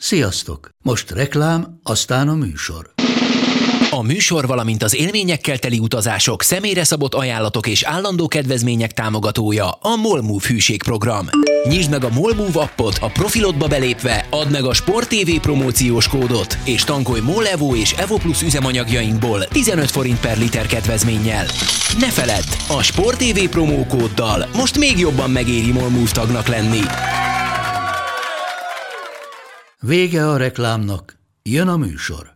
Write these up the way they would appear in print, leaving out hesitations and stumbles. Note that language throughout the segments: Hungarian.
Sziasztok! Most reklám, aztán a műsor. A műsor, valamint az élményekkel teli utazások, személyre szabott ajánlatok és állandó kedvezmények támogatója a MOL Move hűségprogram. Nyisd meg a MOL Move appot, a profilodba belépve, add meg a Sport TV promóciós kódot, és tankolj MOL Evo és Evo Plus üzemanyagjainkból 15 forint per liter kedvezménnyel. Ne feledd, a Sport TV promókóddal most még jobban megéri MOL Move tagnak lenni. Vége a reklámnak, jön a műsor.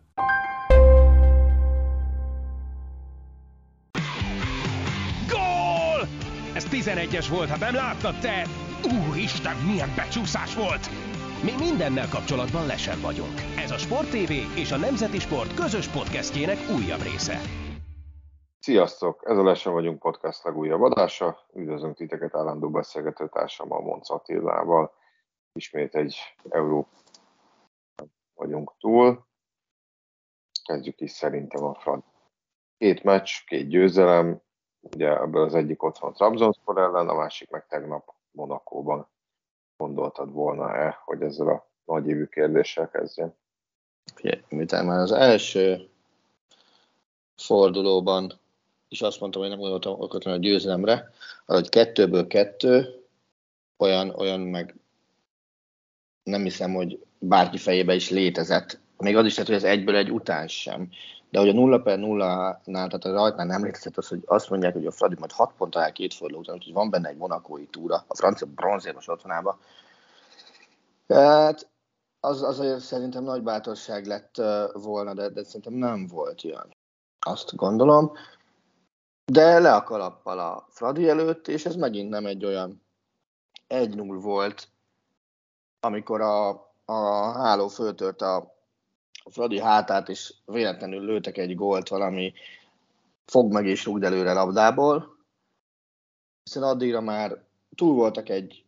Gól! Ez 11-es volt, ha nem láttad te! Úristen, milyen becsúszás volt! Mi mindennel kapcsolatban lesen vagyunk. Ez a Sport TV és a Nemzeti Sport közös podcastjének újabb része. Sziasztok! Ez a Lesen vagyunk podcast legújabb adása. Üdvözlünk titeket állandó beszélgetőtársammal, Monc Attilával. Ismét egy Európa vagyunk túl. Kezdjük is szerintem a front. 2 meccs, 2 győzelem. Ugye ebből az egyik otthon Trabzonspor ellen, a másik meg tegnap Monacóban. Gondoltad volna-e, hogy ezzel a nagyévű kérdéssel kezdjen? Miután már az első fordulóban is azt mondtam, hogy nem gondoltam okvetlenül a győzelemre, hogy 2-ből 2 olyan meg nem hiszem, hogy bárki fejében is létezett. Még az is lehet, hogy ez 1-ből 1 után sem. De hogy a 0-0-nál, tehát a rajtnál nem létezett az, hogy azt mondják, hogy a Fradi majd 6 ponttal áll 2 forduló után, úgyhogy van benne egy monacói túra, a francia bronzérmes otthonába. Tehát az azért szerintem nagy bátorság lett volna, de szerintem nem volt ilyen. Azt gondolom. De le a kalappal a Fradi előtt, és ez megint nem egy olyan 1-0 volt, amikor a háló föltört a Fradi hátát, és véletlenül lőttek egy gólt valami fog meg és rúgd előre labdából. Hiszen addigra már túl voltak egy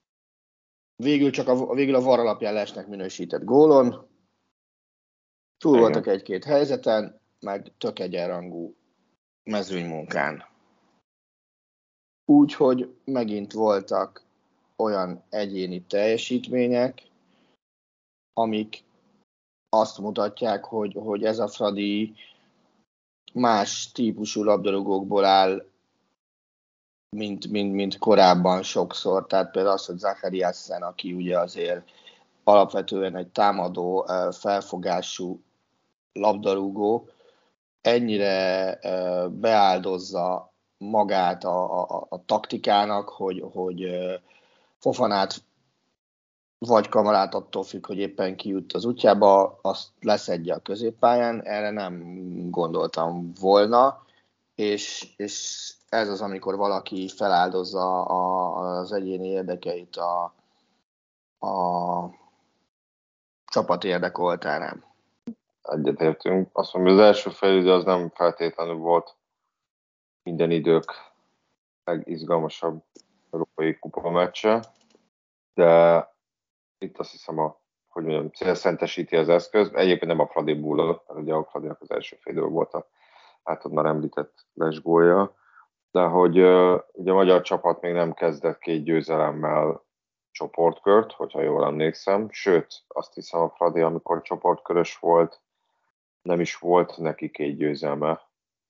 végül a VAR alapján lesnek minősített gólon, túl voltak egy-két helyzeten, meg tök egyenrangú mezőnymunkán. Úgyhogy megint voltak olyan egyéni teljesítmények, amik azt mutatják, hogy ez a Fradi más típusú labdarúgókból áll, mint korábban sokszor. Tehát például az, hogy Zachariasen, aki ugye azért alapvetően egy támadó, felfogású labdarúgó, ennyire beáldozza magát a taktikának, hogy Fofanát vagy Kamarát attól függ, hogy éppen ki jut az útjába, azt leszedje a középpályán, erre nem gondoltam volna, és ez az, amikor valaki feláldozza az egyéni érdekeit a csapat érdek oltárán. Egyetértünk. Azt mondom, hogy az első félidő az nem feltétlenül volt minden idők legizgalmasabb európai kupa meccse, de itt azt hiszem, célszentesíti az eszköz. Egyébként nem a Fradi búlott, mert ugye a Fradinak az első félidő volt a általad már említett lesgólja, de hogy ugye a magyar csapat még nem kezdett 2 győzelemmel csoportkört, hogyha jól emlékszem, sőt, azt hiszem a Fradi, amikor csoportkörös volt, nem is volt neki 2 győzelme.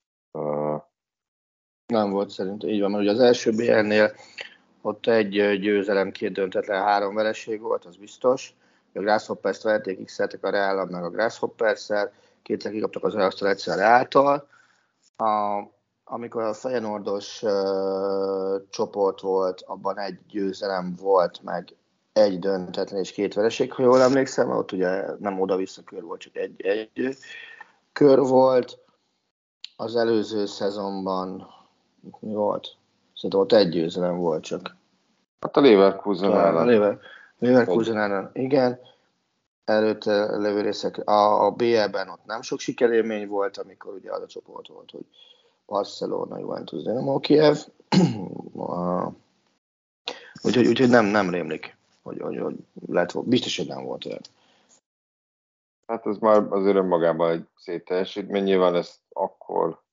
Nem volt szerintem, így van, mert ugye az első BL-nél ott 1 győzelem, 2 döntetlen, 3 vereség volt, az biztos. A Grasshoppers-t verték, x-eltek a Real meg a Grasshoppers-szel, 2-szer kikaptak az Ajax-tól, egyszer a Reáltól. Amikor a Feyenoordos csoport volt, abban 1 győzelem volt, meg 1 döntetlen és 2 vereség, ha jól emlékszem, ott ugye nem oda-vissza kör volt, csak egy kör volt. Az előző szezonban mi volt? Szerintem ott 1 győzelem volt csak. Hát a Leverkusen ellen. Leverkusen ellen, igen. Előtte levő részek. A BL-ben ott nem sok sikerélmény volt, amikor ugye az a csoport volt, hogy Barcelona, Juventus, Dinamo Kiev. Úgyhogy nem rémlik, hogy lett, biztos, hogy nem volt olyan. Hát ez már azért önmagában egy szép teljesítmény. Nyilván ezt akkor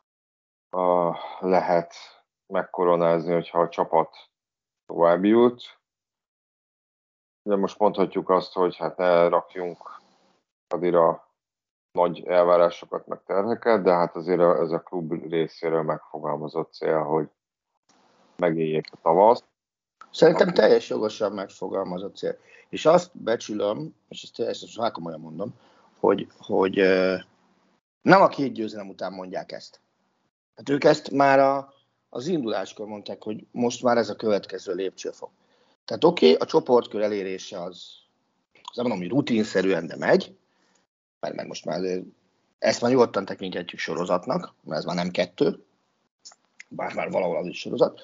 lehet megkoronázni, hogyha a csapat tovább jut. Ugye most mondhatjuk azt, hogy hát ne rakjunk Fradira nagy elvárásokat, meg terheket, de hát azért ez a klub részéről megfogalmazott cél, hogy megéljék a tavaszt. Szerintem teljes jogosan megfogalmazott cél. És azt becsülöm, és ezt teljesen komolyan mondom, hogy nem a 2 győzelem után mondják ezt. Hát ők ezt már az induláskor mondták, hogy most már ez a következő lépcsőfok. Tehát oké, a csoportkör elérése az nem mondom, hogy rutinszerűen, de megy, mert most már ezt már nyugodtan tekinthetjük sorozatnak, mert ez már nem 2, bár már valahol az is sorozat.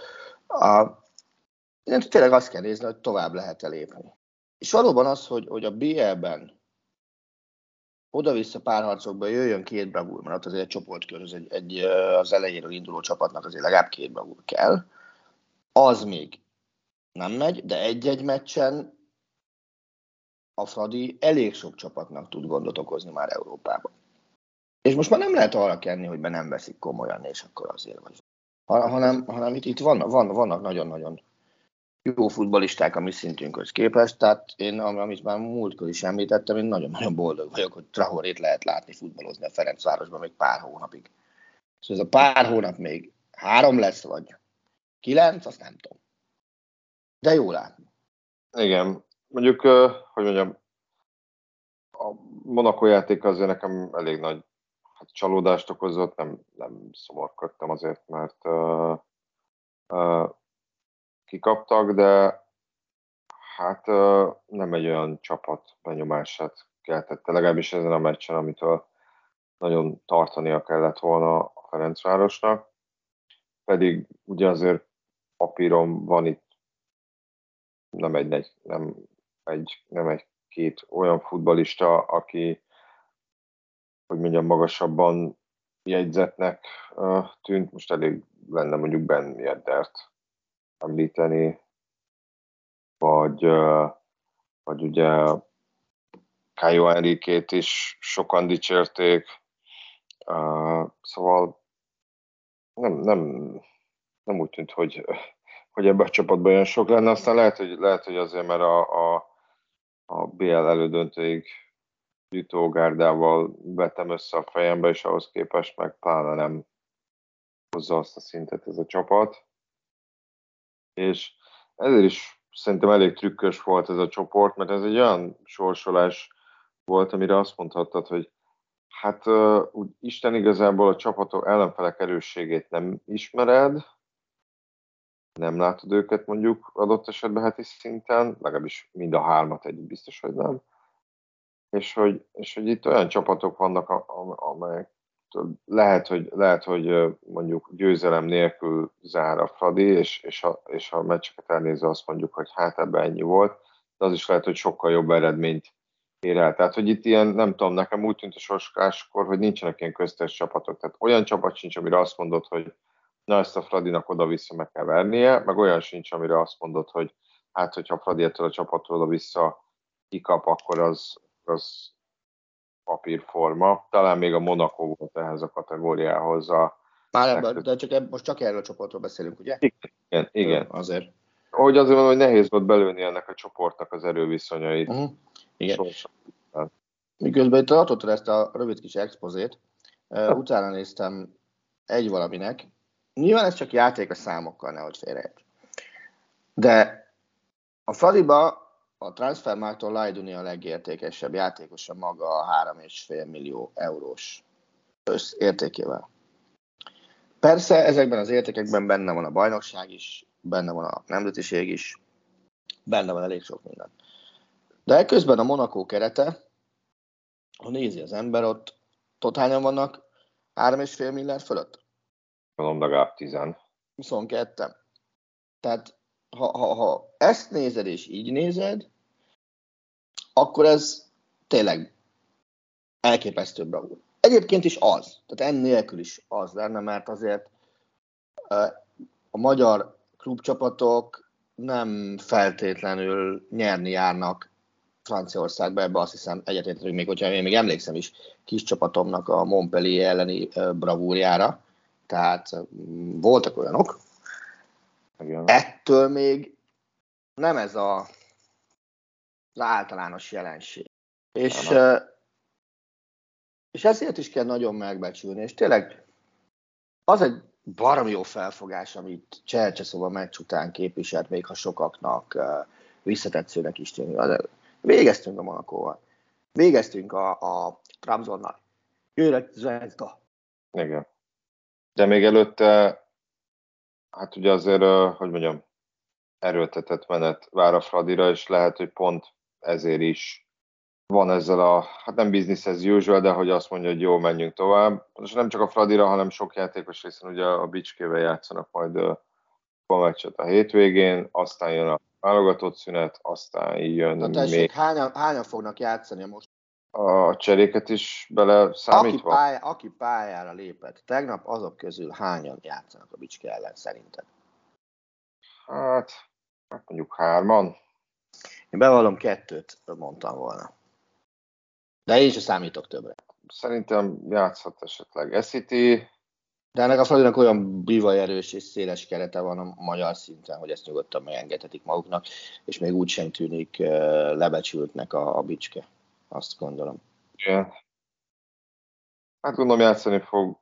Tényleg azt kell nézni, hogy tovább lehet lépni. És valóban az, hogy a BL-ben oda-vissza párharcokban jöjjön 2 bravúr, mert ott azért egy csoportkör, az elejéről induló csapatnak azért legalább 2 bravúr kell, az még nem megy, de egy-egy meccsen a Fradi elég sok csapatnak tud gondot okozni már Európában. És most már nem lehet arra kenni, hogy be nem veszik komolyan, és akkor azért vagy. Hanem itt vannak nagyon-nagyon jó futballisták a mi szintünkhöz képest, tehát én, amit már múltkor is említettem, én nagyon-nagyon boldog vagyok, hogy Traorét lehet látni futballozni a Ferencvárosban még pár hónapig. Szóval ez a pár hónap még 3 lesz, vagy 9, azt nem tudom. De jó látni. Igen, mondjuk, hogy mondjam, a Monaco játék azért nekem elég nagy csalódást okozott, nem szomorkodtam azért, mert kikaptak, de hát nem egy olyan csapat benyomását keltette, legalábbis ezen a meccsen, amitől nagyon tartania kellett volna a Ferencvárosnak. Pedig ugye azért papíron van itt nem egy-két olyan futballista, aki, hogy mondjam, magasabban jegyzetnek tűnt. Most elég lenne mondjuk Ben Yeddert említeni, vagy ugye Caio Henriquét is sokan dicsérték, szóval nem úgy tűnt, hogy ebben a csapatban olyan sok lenne, aztán lehet, hogy azért, mert a BL elődöntőig jutó gárdával vettem össze a fejembe, és ahhoz képest meg pláne nem hozza azt a szintet ez a csapat. És ezért is szerintem elég trükkös volt ez a csoport, mert ez egy olyan sorsolás volt, amire azt mondhattad, hogy hát úgy Isten igazából a csapatok ellenfelek erősségét nem ismered, nem látod őket mondjuk adott esetben heti szinten, legalábbis mind a 3-at együtt biztos, hogy nem. És hogy itt olyan csapatok vannak, amelyek lehet, hogy mondjuk győzelem nélkül zár a Fradi, és a meccseket elnézve azt mondjuk, hogy hát ebben ennyi volt, de az is lehet, hogy sokkal jobb eredményt ér el. Tehát, hogy itt ilyen, nem tudom, nekem úgy tűnt a sorsoláskor, hogy nincsenek ilyen köztes csapatok. Tehát olyan csapat sincs, amire azt mondod, hogy na, ezt a Fradinak oda-vissza meg kell vernie, meg olyan sincs, amire azt mondod, hogy hát, hogyha Fradi ettől a csapattól oda-vissza kikap, akkor az papírforma. Talán még a Monaco volt ehhez a kategóriához. Most csak erről a csoportról beszélünk, ugye? Igen. Azért. Ahogy azért mondom, hogy nehéz volt belőni ennek a csoportnak az erőviszonyait. Igen. Miközben itt tartottad ezt a rövid kis expozét, utána néztem egy valaminek. Nyilván ez csak játék a számokkal, nehogy félreérts. De a Fradiba a Transfermarkton Lajduni a legértékesebb játékosa maga a 3,5 millió eurós összértékével. Persze ezekben az értékekben benne van a bajnokság is, benne van a nemzetiség is, benne van elég sok minden. De ekközben a Monaco kerete, ha nézi az ember, ott hányan vannak 3,5 milliárd fölött? Mondom, legalább 10. 22. Tehát ha ezt nézed és így nézed, akkor ez tényleg elképesztő bravúr. Egyébként is az, tehát ennélkül is az lenne, mert azért a magyar klubcsapatok nem feltétlenül nyerni járnak Franciaországba, ebbe azt hiszem egyetértünk, még hogyha én még emlékszem is kis csapatomnak a Montpellier elleni bravúrjára, tehát voltak olyanok. Igen. Ettől még nem ez a az általános jelenség. És ezért is kell nagyon megbecsülni, és tényleg az egy baromi jó felfogás, amit Csercseszov a meccs után képviselt, még ha sokaknak visszatetszőnek is tűnik. Végeztünk a Monacóval, végeztünk a Trabzonnal, jöjjön Zvezda. Igen. De még előtte, hát ugye azért, hogy mondjam, erőltetett menet vár a Fradira, és lehet, hogy pont ezért is van ezzel hát nem business as usual, de hogy azt mondja, hogy jó, menjünk tovább. És nem csak a Fradira, hanem sok játékos részen ugye a Bicskével játszanak majd a meccset a hétvégén, aztán jön a válogatott szünet, aztán jön Na tessék, még... hányan fognak játszani most? A cseréket is bele számítva? Aki pályára lépett tegnap, azok közül hányan játszanak a Bicske ellen szerinted? Hát mondjuk 3-an. Én bevallom 2 mondtam volna. De én sem számítok többre. Szerintem játszhat esetleg Esziti. De ennek a Fradinak olyan bivajerős és széles kerete van a magyar szinten, hogy ezt nyugodtan megengedhetik maguknak, és még úgy sem tűnik lebecsültnek a Bicske. Azt gondolom. Igen. Hát gondolom játszani fog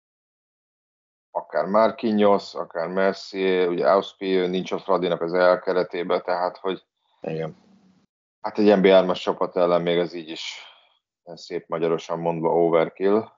akár Marquinhos, akár Mercier, ugye Auspiel nincs a Fradinak az elkeretében, tehát hogy igen. Hát egy NB3-as csapat ellen még az így is szép magyarosan mondva overkill.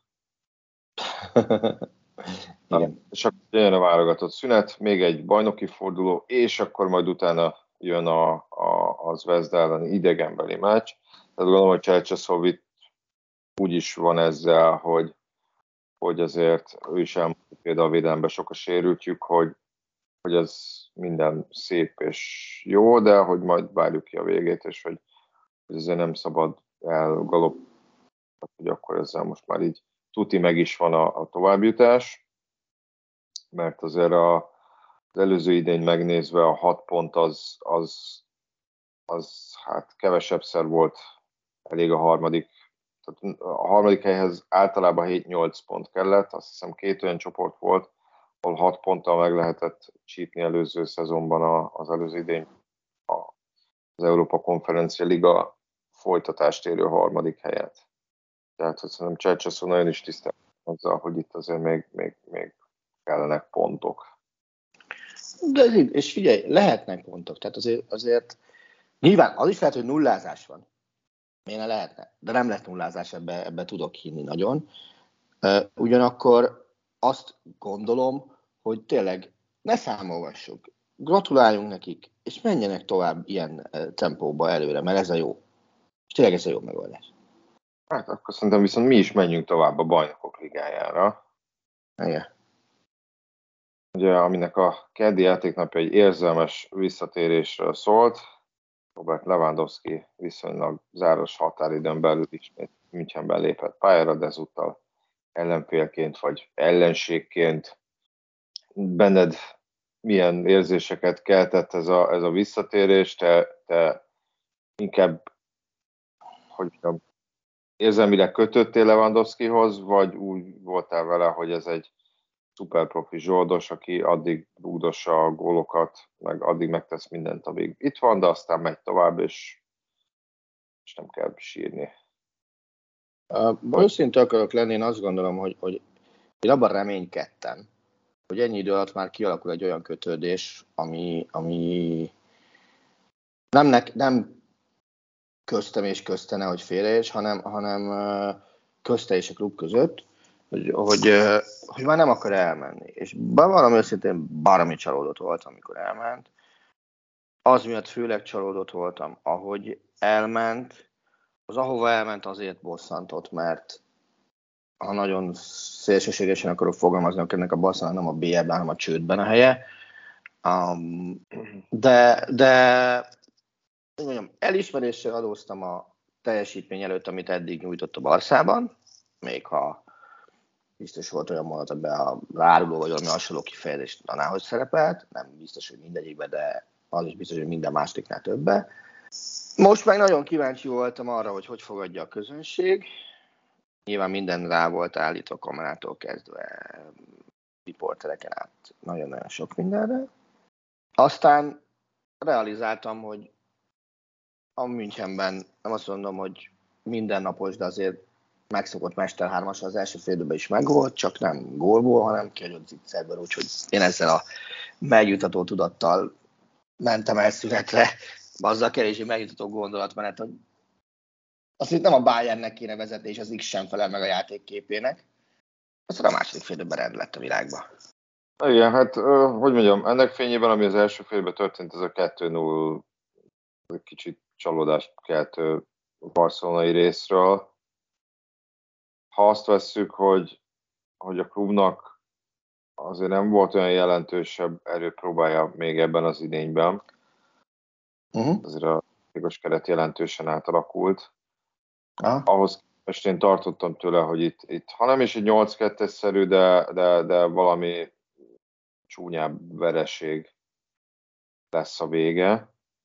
Igen. És akkor jön a válogatott szünet, még egy bajnoki forduló, és akkor majd utána jön a Zvezda elleni idegenbeli meccs. Tehát gondolom, hogy Csercseszov itt úgy is van ezzel, hogy azért ő is elmondta, például a védelemben sok a sérültjük, hogy ez minden szép és jó, de hogy majd várjuk ki a végét, és hogy ezért nem szabad elgalopni, hogy akkor ezzel most már így tuti meg is van a továbbjutás, mert azért az előző idény megnézve a 6 pont az hát kevesebbszer volt elég a harmadik. Tehát a harmadik helyhez általában 7-8 pont kellett, azt hiszem 2 olyan csoport volt, ahol 6 ponttal meg lehetett csípni előző szezonban az előző idény az Európa Konferencia Liga folytatást érő harmadik helyet. Tehát hogy szerintem Csercseszov nagyon is tisztelt azzal, hogy itt azért még kellenek pontok. De és figyelj, lehetnek pontok. Tehát azért nyilván az is lehet, hogy nullázás van. Miért ne lehetne? De nem lett nullázás, ebbe tudok hinni nagyon. Ugyanakkor azt gondolom, hogy tényleg ne számolgassuk. Gratuláljunk nekik, és menjenek tovább ilyen tempóba előre, mert ez a jó. És tényleg ez a jó megoldás. Hát akkor szerintem viszont mi is menjünk tovább a Bajnokok Ligájára. Igen. Ugye, aminek a keddi játéknapja egy érzelmes visszatérésről szólt. Robert Lewandowski viszonylag záros határidőn belül ismét Münchenben lépett pályára, de ezúttal ellenfélként vagy ellenségként. Benned milyen érzéseket keltett ez a visszatérés? Te inkább, hogy mondjam, érzelmileg kötöttél Lewandowskihoz, vagy úgy voltál vele, hogy ez egy szuperprofi zsoldos, aki addig rúgdossa a gólokat, meg addig megtesz mindent, amíg itt van, de aztán megy tovább, és nem kell sírni. Őszinte akarok lenni, én azt gondolom, hogy én abban reménykedtem, hogy ennyi idő alatt már kialakul egy olyan kötődés, ami nem köztem és köztene, hogy félreérts, hanem közte és a klub között, hogy már nem akar elmenni. És valami őszintén baromi csalódott voltam, amikor elment. Az miatt főleg csalódott voltam, ahogy elment, az ahova elment azért bosszantott, mert ha nagyon szélsőségesen akarok fogalmazni, akkor ennek a basszannak nem a bélyegben, hanem a csődben a helye. De mondjam, elismeréssel adóztam a teljesítmény előtt, amit eddig nyújtott a Barszában, még ha biztos volt olyan mondat, ebben a áruló vagy valami hasonló kifejezés tanához szerepelt, nem biztos, hogy mindegyikben, de az is biztos, hogy minden másodiknál többen. Most meg nagyon kíváncsi voltam arra, hogy fogadja a közönség. Nyilván minden rá volt állítva, kamerától kezdve, riportereken át, nagyon-nagyon sok mindenre. Aztán realizáltam, hogy a Münchenben nem azt mondom, hogy mindennapos, de azért megszokott Mester 3-as az első fél időben is megvolt, csak nem gólból, hanem kiadott zicserből, úgyhogy én ezzel a megjutató tudattal mentem el születre, azzal kevésbé megjutató gondolatmenet, hogy azt itt nem a Bayernnek kéne vezetni, és az X sem felel meg a játékképének. Aztán a második fél időben rend lett a világba. Igen, hát hogy mondjam, ennek fényében, ami az első félben történt, ez a 2-0 kicsit csalódást keltő barcelonai részről. Ha azt vesszük, hogy a klubnak azért nem volt olyan jelentősebb erőpróbája még ebben az idényben, azért a játékos keret jelentősen átalakult. Ahhoz képest én tartottam tőle, hogy itt ha nem is egy 8-2-szerű, de valami csúnyább vereség lesz a vége.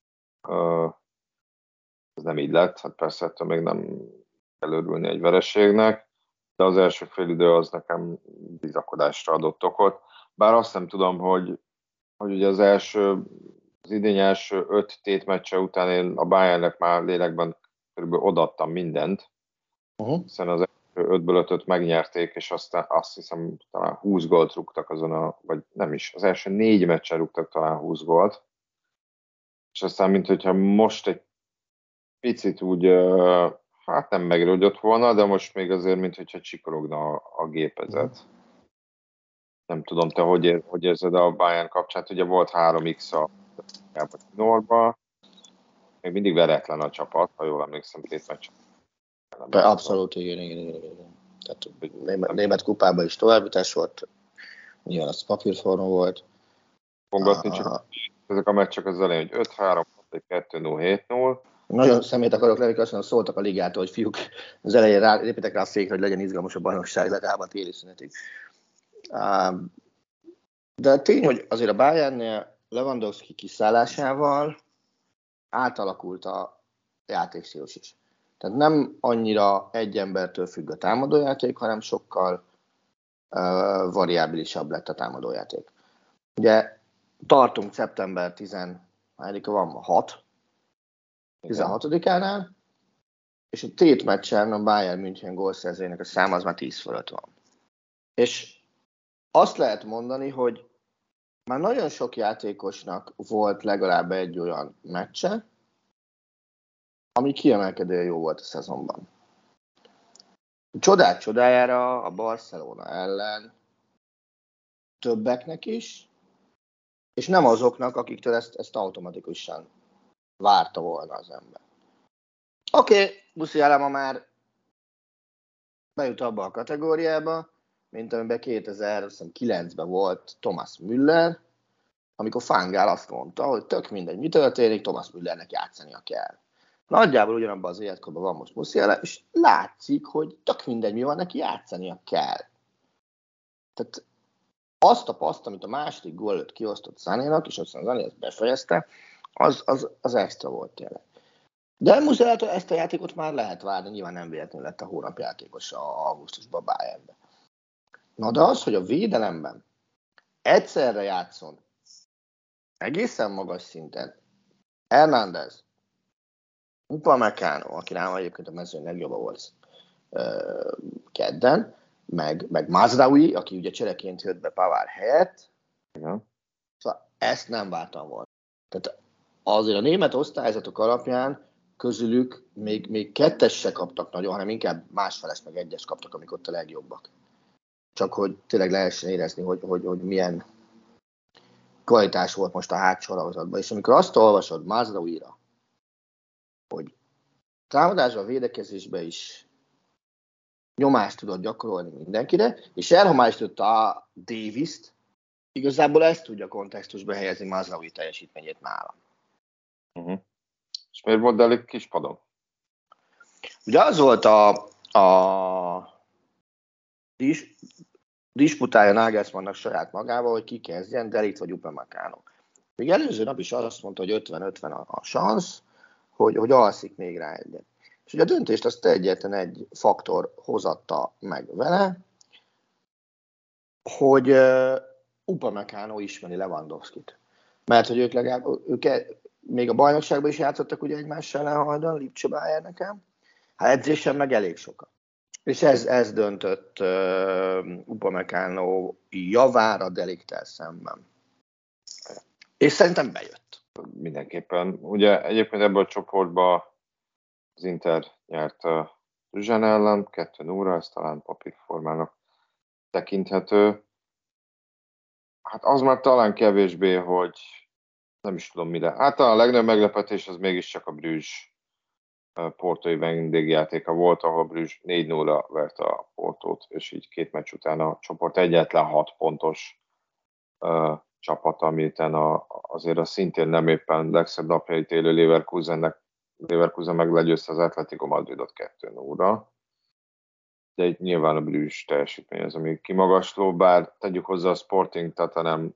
Ez nem így lett, hát persze ettől még nem kell örülni egy vereségnek, de az első félidő az nekem bizakodásra adott okot. Bár azt nem tudom, hogy ugye az idény első 5 tétmeccse után én a Bayernnek már lélekben körülbelül odaadtam mindent, hiszen az első 5-ből 5-öt megnyerték, és aztán azt hiszem talán 20 gólt rúgtak vagy nem is, az első 4 meccsen rúgtak talán 20 gólt, és aztán minthogyha most egy picit úgy, hát nem megrőgyött volna, de most még azért, minthogyha csikorogna a gépezet. Nem tudom, te hogy érzed a Bayern kapcsán, ugye volt 3x a Norba, még mindig veretlen a csapat, ha jól emlékszem, 2 meccs. Abszolút, igen. Tehát német kupában is továbbjutás volt, nyilván az papírforma volt. Kongatni csak ezek a meccsek az elején, hogy 5-3, 2-0, 7-0. Nagyon szemét akarok lenni, azt mondom, szóltak a ligától, hogy fiúk, az elején lépjetek rá a fékre, hogy legyen izgalmas a bajnokság, legalább a téli szünetig. De tény, hogy azért a Bayernnél Lewandowski kiszállásával átalakult a játékstílus is. Tehát nem annyira egy embertől függ a támadójáték, hanem sokkal variábilisabb lett a támadójáték. Ugye tartunk szeptember 16-ánál, és a tétmeccsen a Bayern München gólszerzőjének a száma az már 10 fölött van. És azt lehet mondani, hogy már nagyon sok játékosnak volt legalább egy olyan meccse, ami kiemelkedően jó volt a szezonban. Csodák csodájára a Barcelona ellen többeknek is, és nem azoknak, akiktől ezt automatikusan várta volna az ember. Oké, Musiala már bejut abba a kategóriába, mint amiben 2009-ben volt Thomas Müller, amikor Van Gaal azt mondta, hogy tök mindegy, mi történik, Thomas Müllernek játszania kell. Nagyjából ugyanabban az életkorban van most Musiala, és látszik, hogy tök mindegy, mi van, neki játszania kell. Tehát azt a paszt, amit a második gól előtt kiosztott Sanénak, és aztán Sané ezt befejezte, az extra volt tényleg. De Musialától ezt a játékot már lehet várni, nyilván nem véletlenül lett a hónap játékosa augusztusban Bayernben. Na de az, hogy a védelemben egyszerre játszon egészen magas szinten Hernández, Upamecano, aki nálam egyébként a mezőn legjobban volt kedden, meg Mazraoui, aki ugye csereként jött be Pavard helyett. Igen. Szóval ezt nem vártam volna. Tehát azért a német osztályzatok alapján közülük még kettes se kaptak nagyon, hanem inkább másfeles meg egyes kaptak, amik ott a legjobbak. Csak hogy tényleg lehessen érezni, hogy milyen kvalitás volt most a hátsó sorozatban. És amikor azt olvasod Mazraouira, hogy támadásban, védekezésben is nyomást tudod gyakorolni mindenkire, és elhomályosította a Davis-t, igazából ezt tudja kontextusba helyezni Mazraoui teljesítményét nála. És miért volt Delik kispadon? Ugye az volt a disputája Nagelsmannnak saját magával, hogy ki kezdjen, Delikt vagy Upamecano. Még előző nap is azt mondta, hogy 50-50 a szansz, hogy alszik még rá egyet. És ugye a döntést azt egyetlen egy faktor hozatta meg vele, hogy Upamecano ismeri Lewandowskit. Mert hogy ők még a bajnokságban is játszottak ugye egymással ellen hajdan, Lipcse Bayern nekem. Hát edzésen meg elég sokat. És ez döntött Upamecano javára De Ligttel szemben. És szerintem bejött. Mindenképpen. Ugye egyébként ebből a csoportban az Inter nyert a Zsuzsán ellen, 2-0, ez talán papírformának tekinthető. Hát az már talán kevésbé, hogy nem is tudom mire. Hát a legnagyobb meglepetés az mégiscsak a Bruges portói vendégjátéka volt, ahol a Bruges 4-0-ra verte a Portót, és így 2 meccs után a csoport egyetlen 6 pontos csapat, amiután azért a szintén nem éppen legszebb napjait élő Leverkusen meg legyőzte az Atletico Madridot 2-0-ra. De itt nyilván a Bruges teljesítmény az, ami kimagasló, bár tegyük hozzá a Sporting Tottenham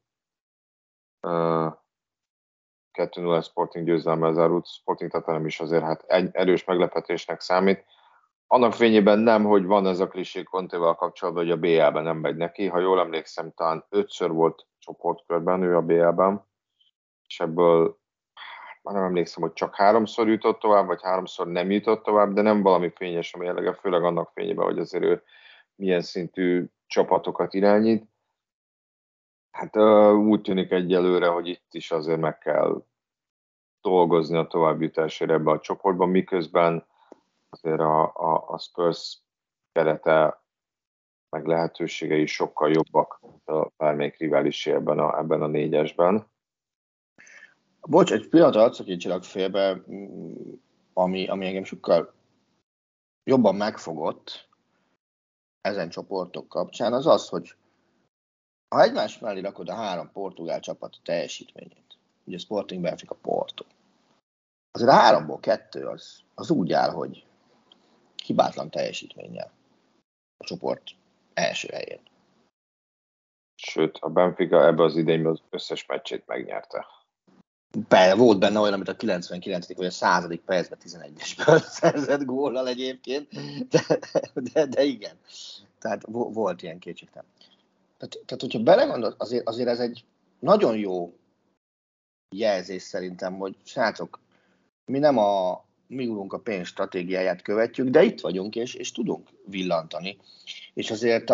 2-0 Sporting győzelemmel zárult, Sporting Tottenham is azért hát erős meglepetésnek számít. Annak fényében nem, hogy van ez a klisé Contéval kapcsolatban, hogy a BL-ben nem megy neki. Ha jól emlékszem, talán 5-ször volt csoportkörben ő a BL-ben, és ebből már nem emlékszem, hogy csak 3-szor jutott tovább, vagy 3-szor nem jutott tovább, de nem valami fényes a mérlege, főleg annak fényében, hogy azért ő milyen szintű csapatokat irányít. Hát úgy tűnik egyelőre, hogy itt is azért meg kell dolgozni a továbbjutásért ebbe a csoportban, miközben azért a Spurs kerete meg lehetőségei sokkal jobbak, mint a bármelyik riválisé ebben a 4-esben. Bocs, egy pillanatra hadd szakítsalak félbe, ami engem sokkal jobban megfogott ezen csoportok kapcsán, az az, hogy ha egymás mellé rakod a 3 portugál csapat teljesítményét, ugye Sporting, Benfica, Porto, azért a 3-ból 2 az úgy áll, hogy hibátlan teljesítménnyel a csoport első helyén. Sőt, a Benfica ebbe az idényben az összes meccsét megnyerte. Volt benne olyan, amit a 99. vagy a 100. percben 11-esből szerzett góllal egyébként, de igen. Tehát volt ilyen kétségtelen. Tehát hogyha belegondolsz, azért ez egy nagyon jó jelzés szerintem, hogy srácok, mi nem a mi úrunk a pénz stratégiáját követjük, de itt vagyunk, és tudunk villantani. És azért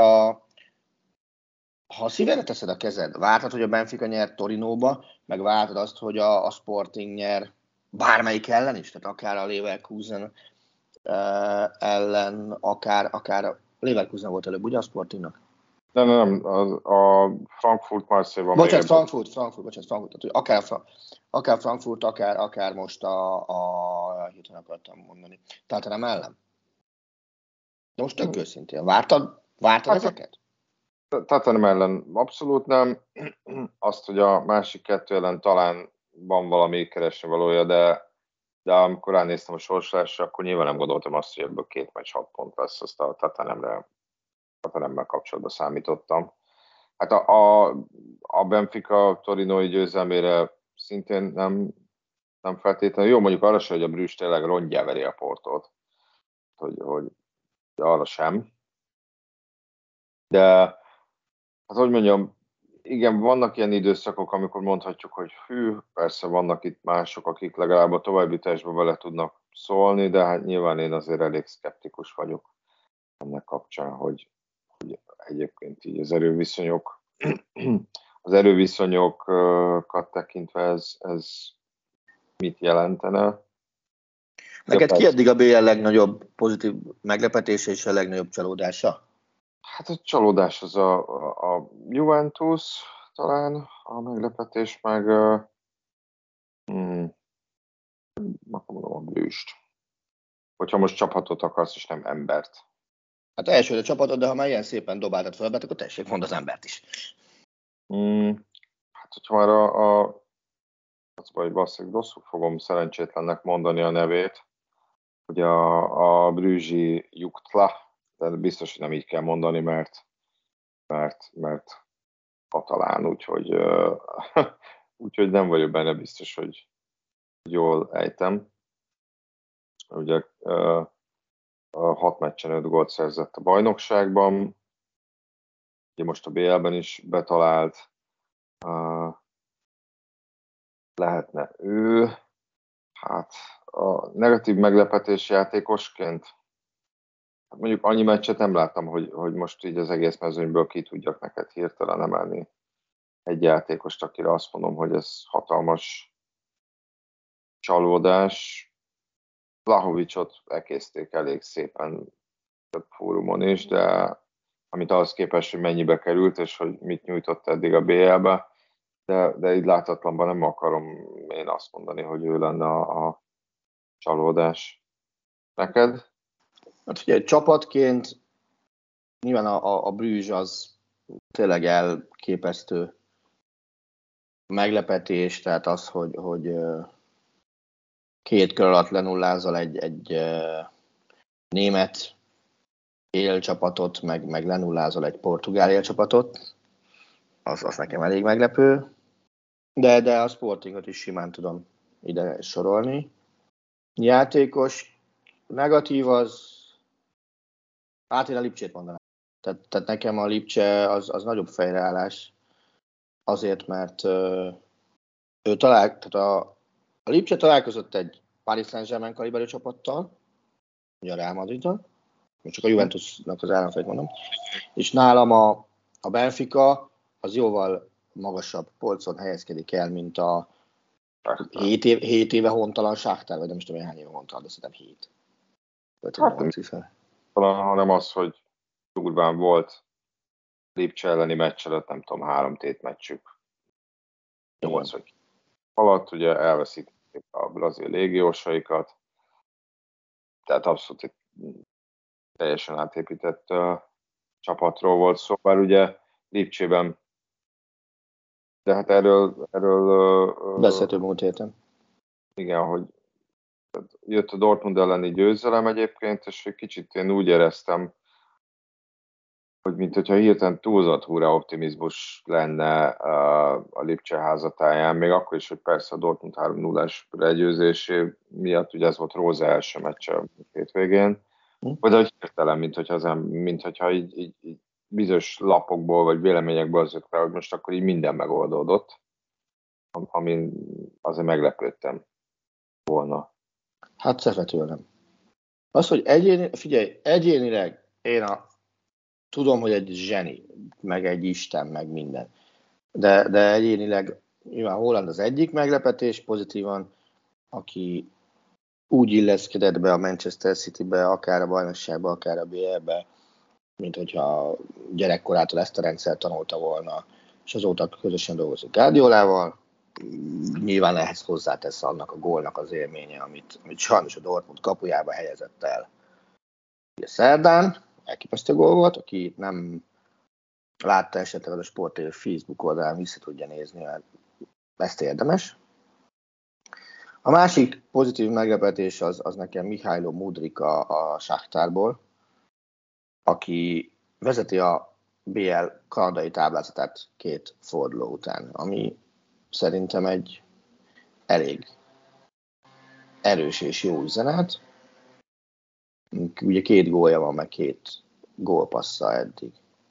ha szívére teszed a kezed, vártad, hogy a Benfica nyer Torinóba, meg vártad azt, hogy a Sporting nyer bármelyik ellen is, tehát akár a Leverkusen ellen, akár a Leverkusen volt előbb, ugye a Sportingnak? Nem, a Frankfurt Marseille van. Bocsánat, Frankfurt. Tehát, akár Frankfurt, akár most hirtelen akartam mondani. Tehát nem ellen. De most tök őszintén, vártad ezeket? Tottenham ellen abszolút nem. Azt, hogy a másik 2 ellen talán van valami keresni valója, de amikor ránéztem a sorsolásra, akkor nyilván nem gondoltam azt, hogy ebből 2 meccs 6 pont lesz, azt a Tottenhammel kapcsolatban számítottam. Hát a Benfica torinói győzelmére szintén nem feltétlenül. Jó, mondjuk arra sem, hogy a Bruges tényleg rongyá veri a Portót. Hogy arra sem. De hát hogy mondjam, igen, vannak ilyen időszakok, amikor mondhatjuk, hogy persze vannak itt mások, akik legalább a továbbjutásba vele tudnak szólni, de hát nyilván én azért elég szkeptikus vagyok ennek kapcsán, hogy egyébként így az erőviszonyokat tekintve ez mit jelentene. Neked ki eddig a BL legnagyobb pozitív meglepetése és a legnagyobb csalódása? Hát a csalódás az a Juventus talán, a meglepetés meg akkor mondom a Brüst. Hogyha most csapatot akarsz, és nem embert. Hát elsőre csapatot, de ha már ilyen szépen dobáltad fel, akkor tessék, mondd az embert is. Hát, hogyha már vagy valószínűleg rosszul fogom szerencsétlennek mondani a nevét, hogy a brüzsi Juktla, de biztos, hogy nem így kell mondani, mert katalán, úgyhogy nem vagyok benne biztos, hogy jól ejtem. Ugye 6 meccsen 5 gólt szerzett a bajnokságban, ugye most a BL-ben is betalált, lehetne ő, Hát a negatív meglepetés játékosként, hát mondjuk annyi meccset nem láttam, hogy most így az egész mezőnyből ki tudjak neked hirtelen emelni egy játékost, akire azt mondom, hogy ez hatalmas csalódás. Vlahovicsot elkészték elég szépen több fórumon is, de amit ahhoz képest, hogy mennyibe került, és hogy mit nyújtott eddig a BL-be, de így látatlanban nem akarom én azt mondani, hogy ő lenne a csalódás. Neked? Hát figyelj, csapatként nyilván a Bruges az tényleg elképesztő meglepetés, tehát az, hogy 2 kör alatt lenullázol egy német élcsapatot, meg lenullázol egy portugál élcsapatot, az nekem elég meglepő, de a Sportingot is simán tudom ide sorolni. Játékos negatív az, hát én a Lipcsét mondanám. Tehát nekem a Lipcse az nagyobb fejreállás, azért, mert tehát a Lipcse találkozott egy Paris Saint-Germain kaliberű csapattal, ugye a Real Madriddal, most csak a Juventusnak az ellenfelét mondom, és nálam a Benfica az jóval magasabb polcon helyezkedik el, mint a 7 éve hontalan Shakhtar, vagy nem is tudom, hány éve hontalan, de szerintem 7. Hanem az, hogy durván volt Lipcse elleni meccs előtt, nem tudom, 3 tétmeccsük. 8 alatt, ugye elveszítették a brazil légiósaikat, tehát abszolút egy teljesen átépített csapatról volt szó, bár ugye Lipcsében, de hát erről beszéltünk múlt héten. Igen, hogy jött a Dortmund elleni győzelem egyébként, és egy kicsit én úgy éreztem, hogy mintha hirtelen túlzott hurrá optimizmus lenne a Lipcse házatáján, még akkor is, hogy persze a Dortmund 3-0-as legyőzésé miatt, ugye ez volt Róza első meccse a hétvégén, vagy hogy hirtelen, mintha így bizonyos lapokból, vagy véleményekből az jött fel, hogy most akkor így minden megoldódott, amin azért meglepődtem volna. Hát szefetül nem. Az, hogy egyénileg én tudom, hogy egy zseni, meg egy isten, meg minden. De egyénileg nyilván Haaland az egyik meglepetés pozitívan, aki úgy illeszkedett be a Manchester Citybe, akár a bajnokságba, akár a BL-be, mint hogyha gyerekkorától ezt a rendszert tanulta volna, és azóta közösen dolgozik Guardiolával. Nyilván ehhez hozzátesz annak a gólnak az élménye, amit sajnos a Dortmund kapujába helyezett el. Ugye szerdán elképesztő gól volt, aki nem látta esetleg a Sport TV Facebook oldalán, vissza tudja nézni, mert ezt érdemes. A másik pozitív meglepetés az nekem Mihailo Mudryk a Shakhtarból, aki vezeti a BL kanadai táblázatát 2 forduló után, ami szerintem egy elég erős és jó üzenet. Ugye 2 gólja van, meg 2 gólpassza eddig.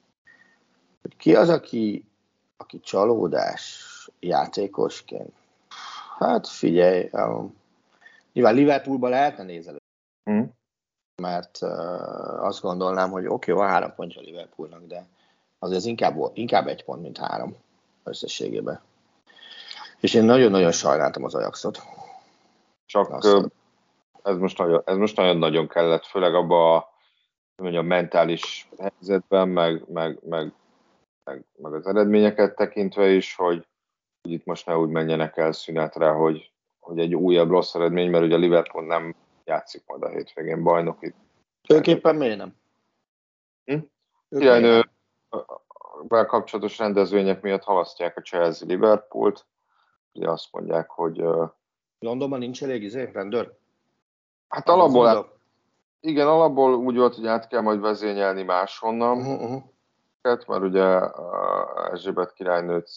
Ki az, aki csalódás játékosként? Hát figyelj, nyilván Liverpoolban lehetne nézelő. Mert azt gondolnám, hogy oké, van 3 pontja a Liverpoolnak, de azért inkább 1 pont, mint 3 összességében. És én nagyon-nagyon sajnáltam az Ajaxot. Csak ez most nagyon-nagyon kellett, főleg abban a mentális helyzetben, meg az eredményeket tekintve is, hogy itt most ne úgy menjenek el szünetre, hogy egy újabb rossz eredmény, mert ugye a Liverpool nem játszik majd a hétvégén bajnoki. Ők éppen miért nem? Királynővel kapcsolatos rendezvények miatt halasztják a Chelsea Liverpoolt. Ugye azt mondják, hogy... Londonban nincs elég rendőr? Hát alapból úgy volt, hogy át kell majd vezényelni máshonnan. Mert ugye Erzsébet királynőt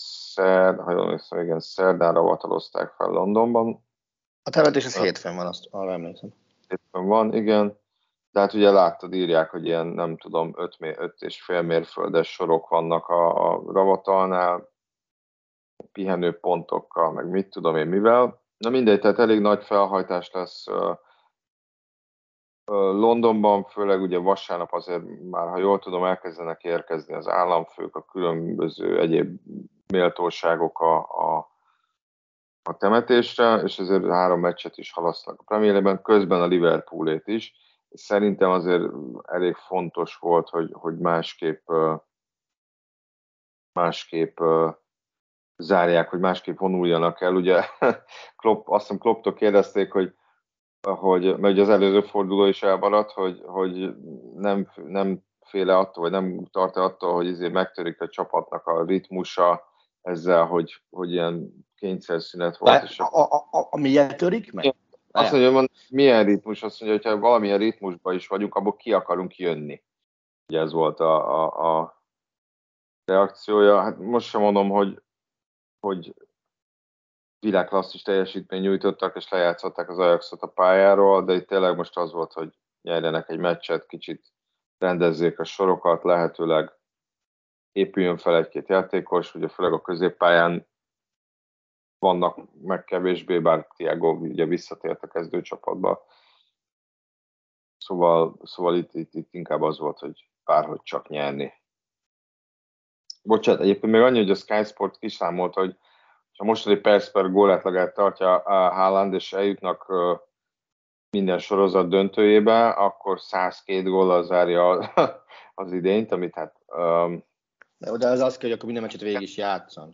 szerdán ravatalozták fel Londonban. A temetés az hétfőn van, azt arra emlékszem. Hétfőn van, igen. De hát ugye láttad, írják, hogy ilyen, nem tudom, 5,5 mérföldes sorok vannak a ravatalnál, pihenőpontokkal, meg mit tudom én mivel. Na mindegy, tehát elég nagy felhajtás lesz Londonban, főleg ugye vasárnap azért már, ha jól tudom, elkezdenek érkezni az államfők, a különböző egyéb méltóságok a temetésre, és ezért 3 meccset is halasztnak a Premier League-ben, közben a Liverpoolét is. Szerintem azért elég fontos volt, hogy másképp zárják, hogy másképp vonuljanak el. Ugye azt hiszem Klopptól kérdezték, hogy mert az előző forduló is elmaradt, hogy nem féle attól, vagy nem tart-e attól, hogy megtörik a csapatnak a ritmusa ezzel, hogy ilyen kényszerszünet volt. És milyen törik meg? Azt mondja, hogy milyen ritmus? Azt mondja, hogy ha valamilyen ritmusban is vagyunk, abból ki akarunk jönni. Ugye ez volt a reakciója. Hát most sem mondom, hogy világklasszis teljesítmény nyújtottak, és lejátszották az Ajaxot a pályáról, de itt tényleg most az volt, hogy nyerjenek egy meccset, kicsit rendezzék a sorokat, lehetőleg épüljön fel egy-két játékos, ugye főleg a középpályán vannak meg kevésbé, bár Thiago ugye visszatért a kezdőcsapatba. Szóval itt inkább az volt, hogy bárhogy csak nyerni. Bocsánat, egyébként még annyi, hogy a Sky Sport kiszámolta, hogy ha mostani perc per gól átlagát tartja a Haaland, és eljutnak minden sorozat döntőjébe, akkor 102 góllal zárja az idényt, amit hát... De az azt kell, hogy akkor minden meccset végig is játszon.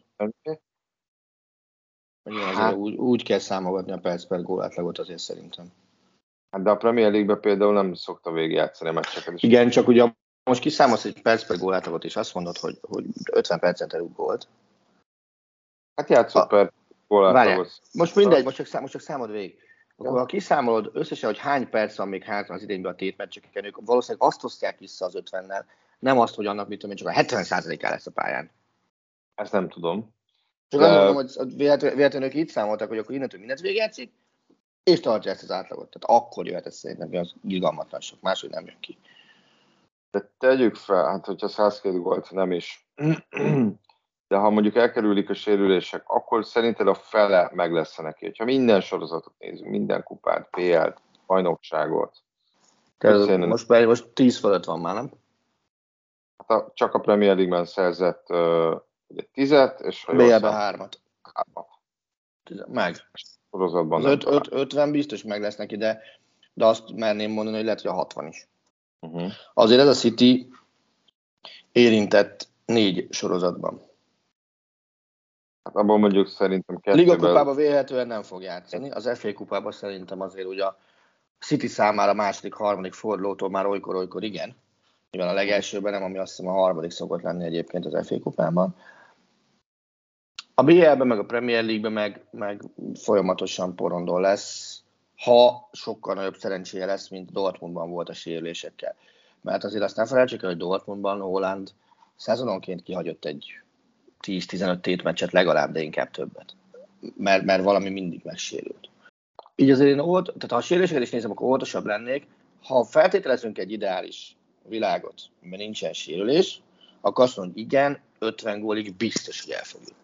Hát, úgy kell számolgatni a perc per gól átlagot azért szerintem. Hát de a Premier League-ben például nem szokta végigjátszani a meccseket. Igen, csak ugye most kiszámolsz egy perc per gól átlagot, és azt mondod, hogy 50 percen rúg gólt. Hát játszott per gól átlagot. Most mindegy, most csak számod végig. Akkor ha kiszámolod összesen, hogy hány perc van még hátra az idényben a tétmeccseken, ők valószínűleg azt osztják vissza az 50-nel, nem azt, hogy annak mit tudom én, csak a 70%-á lesz a pályán. Ezt nem tudom. Csak azt mondom, hogy véletlenül ők így számoltak, hogy akkor innentől mindent végigjátszik, és tartja ezt az átlagot. Tehát akkor jöhet ez szerintem, az irgalmatlan sok, máshogy nem jön ki. De tegyük fel, hát hogyha 102 gólt nem is, de ha mondjuk elkerülik a sérülések, akkor szerinted a fele meg lesz neki. Ha minden sorozatot nézünk, minden kupát, PL-t, bajnokságot. Most 10 fölött van már, nem? Hát csak a Premier League-ben szerzett 10-et, és ha BL-ben 3-at. Meg. Sorozatban az 50 biztos meg lesz neki, de azt merném mondani, hogy lehet, hogy a 60 is. Azért ez a City érintett 4 sorozatban. Hát abban mondjuk szerintem 2-ben... Liga kupában vélhetően nem fog játszani. Az FA kupában szerintem azért ugye a City számára második, harmadik fordulótól már olykor igen. Mivel a legelsőben nem, ami azt hiszem a harmadik szokott lenni egyébként az FA kupában. A BL-ben meg a Premier League-ben meg folyamatosan porondon lesz, ha sokkal nagyobb szerencséje lesz, mint Dortmundban volt a sérülésekkel. Mert azért azt nem felejtsük el, hogy Dortmundban Haaland szezononként kihagyott egy 10-15 tétmeccset legalább, de inkább többet. Mert valami mindig megsérült. Így azért tehát ha a sérüléseket is nézem, akkor óvatosabb lennék. Ha feltételezünk egy ideális világot, amiben nincsen sérülés, akkor azt mondom, igen, 50 gólig biztos, hogy el fog jutni.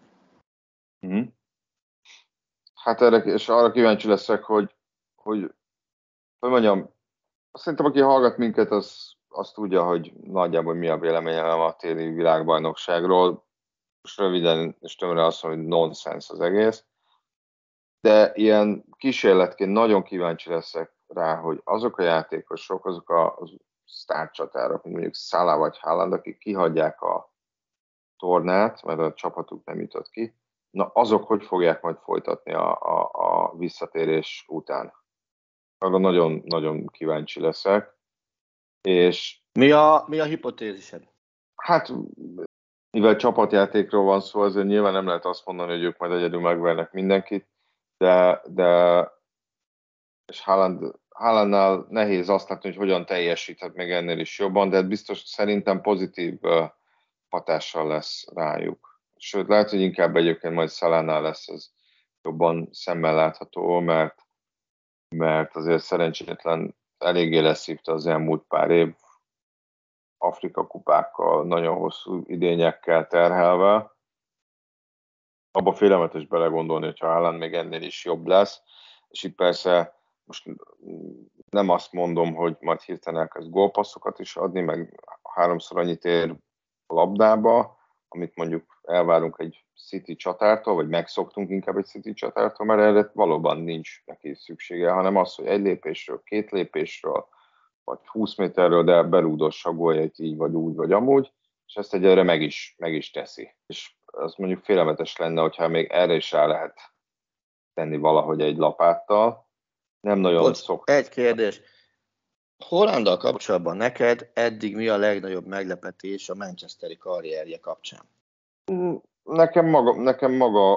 Hát arra kíváncsi leszek, hogy mondjam, szerintem aki hallgat minket, az tudja, hogy nagyjából mi a véleményem a téli világbajnokságról. Most röviden és tömören azt mondom, hogy nonsens az egész. De ilyen kísérletként nagyon kíváncsi leszek rá, hogy azok a játékosok, azok a sztárcsatárok, mint mondjuk Salah vagy Haaland, akik kihagyják a tornát, mert a csapatuk nem jutott ki, na azok hogy fogják majd folytatni a visszatérés után. Arra nagyon, nagyon kíváncsi leszek. És mi a hipotézised? Hát, mivel csapatjátékról van szó, azért nyilván nem lehet azt mondani, hogy ők majd egyedül megvernek mindenkit, de és Haalandnál nehéz azt látni, hogy hogyan teljesíthet még ennél is jobban, de biztos szerintem pozitív hatással lesz rájuk. Sőt, lehet, hogy inkább egyébként majd Salahnál lesz ez jobban szemmel látható, mert azért szerencsétlen eléggé leszívta az elmúlt pár év Afrika kupákkal, nagyon hosszú idényekkel terhelve. abba félelmetes belegondolni, hogyha Haaland még ennél is jobb lesz, és itt persze most nem azt mondom, hogy majd hirtelen elkezd gólpasszokat is adni, meg 3-szor annyit ér a labdába, amit mondjuk elvárunk egy City csatártól, vagy megszoktunk inkább egy City csatártól, mert erre valóban nincs neki szüksége, hanem az, hogy 1 lépésről, 2 lépésről, vagy 20 méterről, de berúgdossa a góljait így, vagy úgy, vagy amúgy, és ezt egyelőre meg is teszi. És az mondjuk félelmetes lenne, hogyha még erre is rá lehet tenni valahogy egy lapáttal. Nem nagyon szoktuk. Egy kérdés. Haalanddal kapcsolatban neked eddig mi a legnagyobb meglepetés a manchesteri karrierje kapcsán? Nekem maga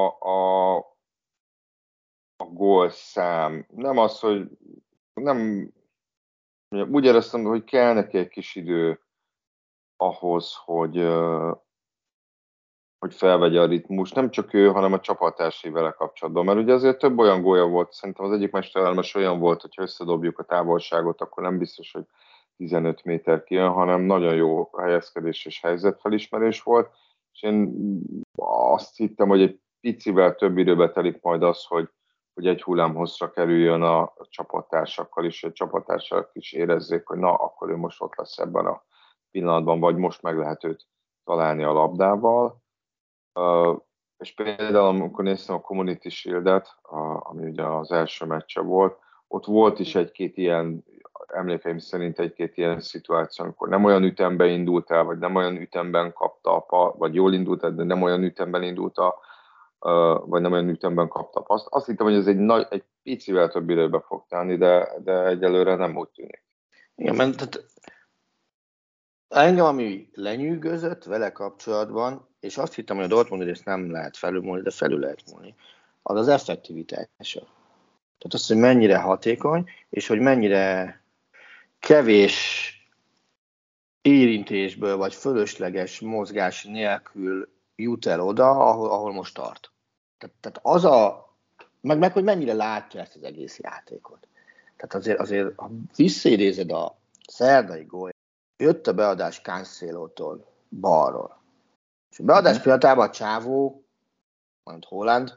a gólszám. Nem az, hogy nem úgy éreztem, hogy kell neki egy kis idő ahhoz, hogy felvegye a ritmus, nem csak ő, hanem a csapattársai vele kapcsolatban. Mert ugye azért több olyan gólya volt, szerintem az egyik mesterelmes olyan volt, hogyha összedobjuk a távolságot, akkor nem biztos, hogy 15 méter kijön, hanem nagyon jó helyezkedés és helyzetfelismerés volt, és én azt hittem, hogy egy picivel több időbe telik majd az, hogy egy hullámhosszra kerüljön a csapattársakkal is, hogy a csapattársak is érezzék, hogy na, akkor ő most ott lesz ebben a pillanatban, vagy most meg lehet őt találni a labdával. És például, amikor néztem a Community Shield-et, ami ugye az első meccse volt, ott volt is egy-két ilyen, emlékeim szerint egy-két ilyen szituáció, amikor nem olyan ütemben indult el, vagy nem olyan ütemben kapta vagy jól indult el, de nem olyan ütemben indult vagy nem olyan ütemben kapta a paszt. Azt hittem, hogy ez egy picivel több időbe fog tenni, de egyelőre nem úgy tűnik. Igen, mert engem, ami lenyűgözött vele kapcsolatban, és azt hittem, hogy a Dortmund részt nem lehet felülmúlni, de felül lehet múlni, az az effektivitása. Tehát az, hogy mennyire hatékony, és hogy mennyire kevés érintésből, vagy fölösleges mozgás nélkül jut el oda, ahol most tart. Tehát az meg hogy mennyire látja ezt az egész játékot. Tehát azért ha visszaidézed a szerdai gólját, jött a beadás Cancelótól balról. És a beadás pillanatában a csávó, mondjuk Haaland,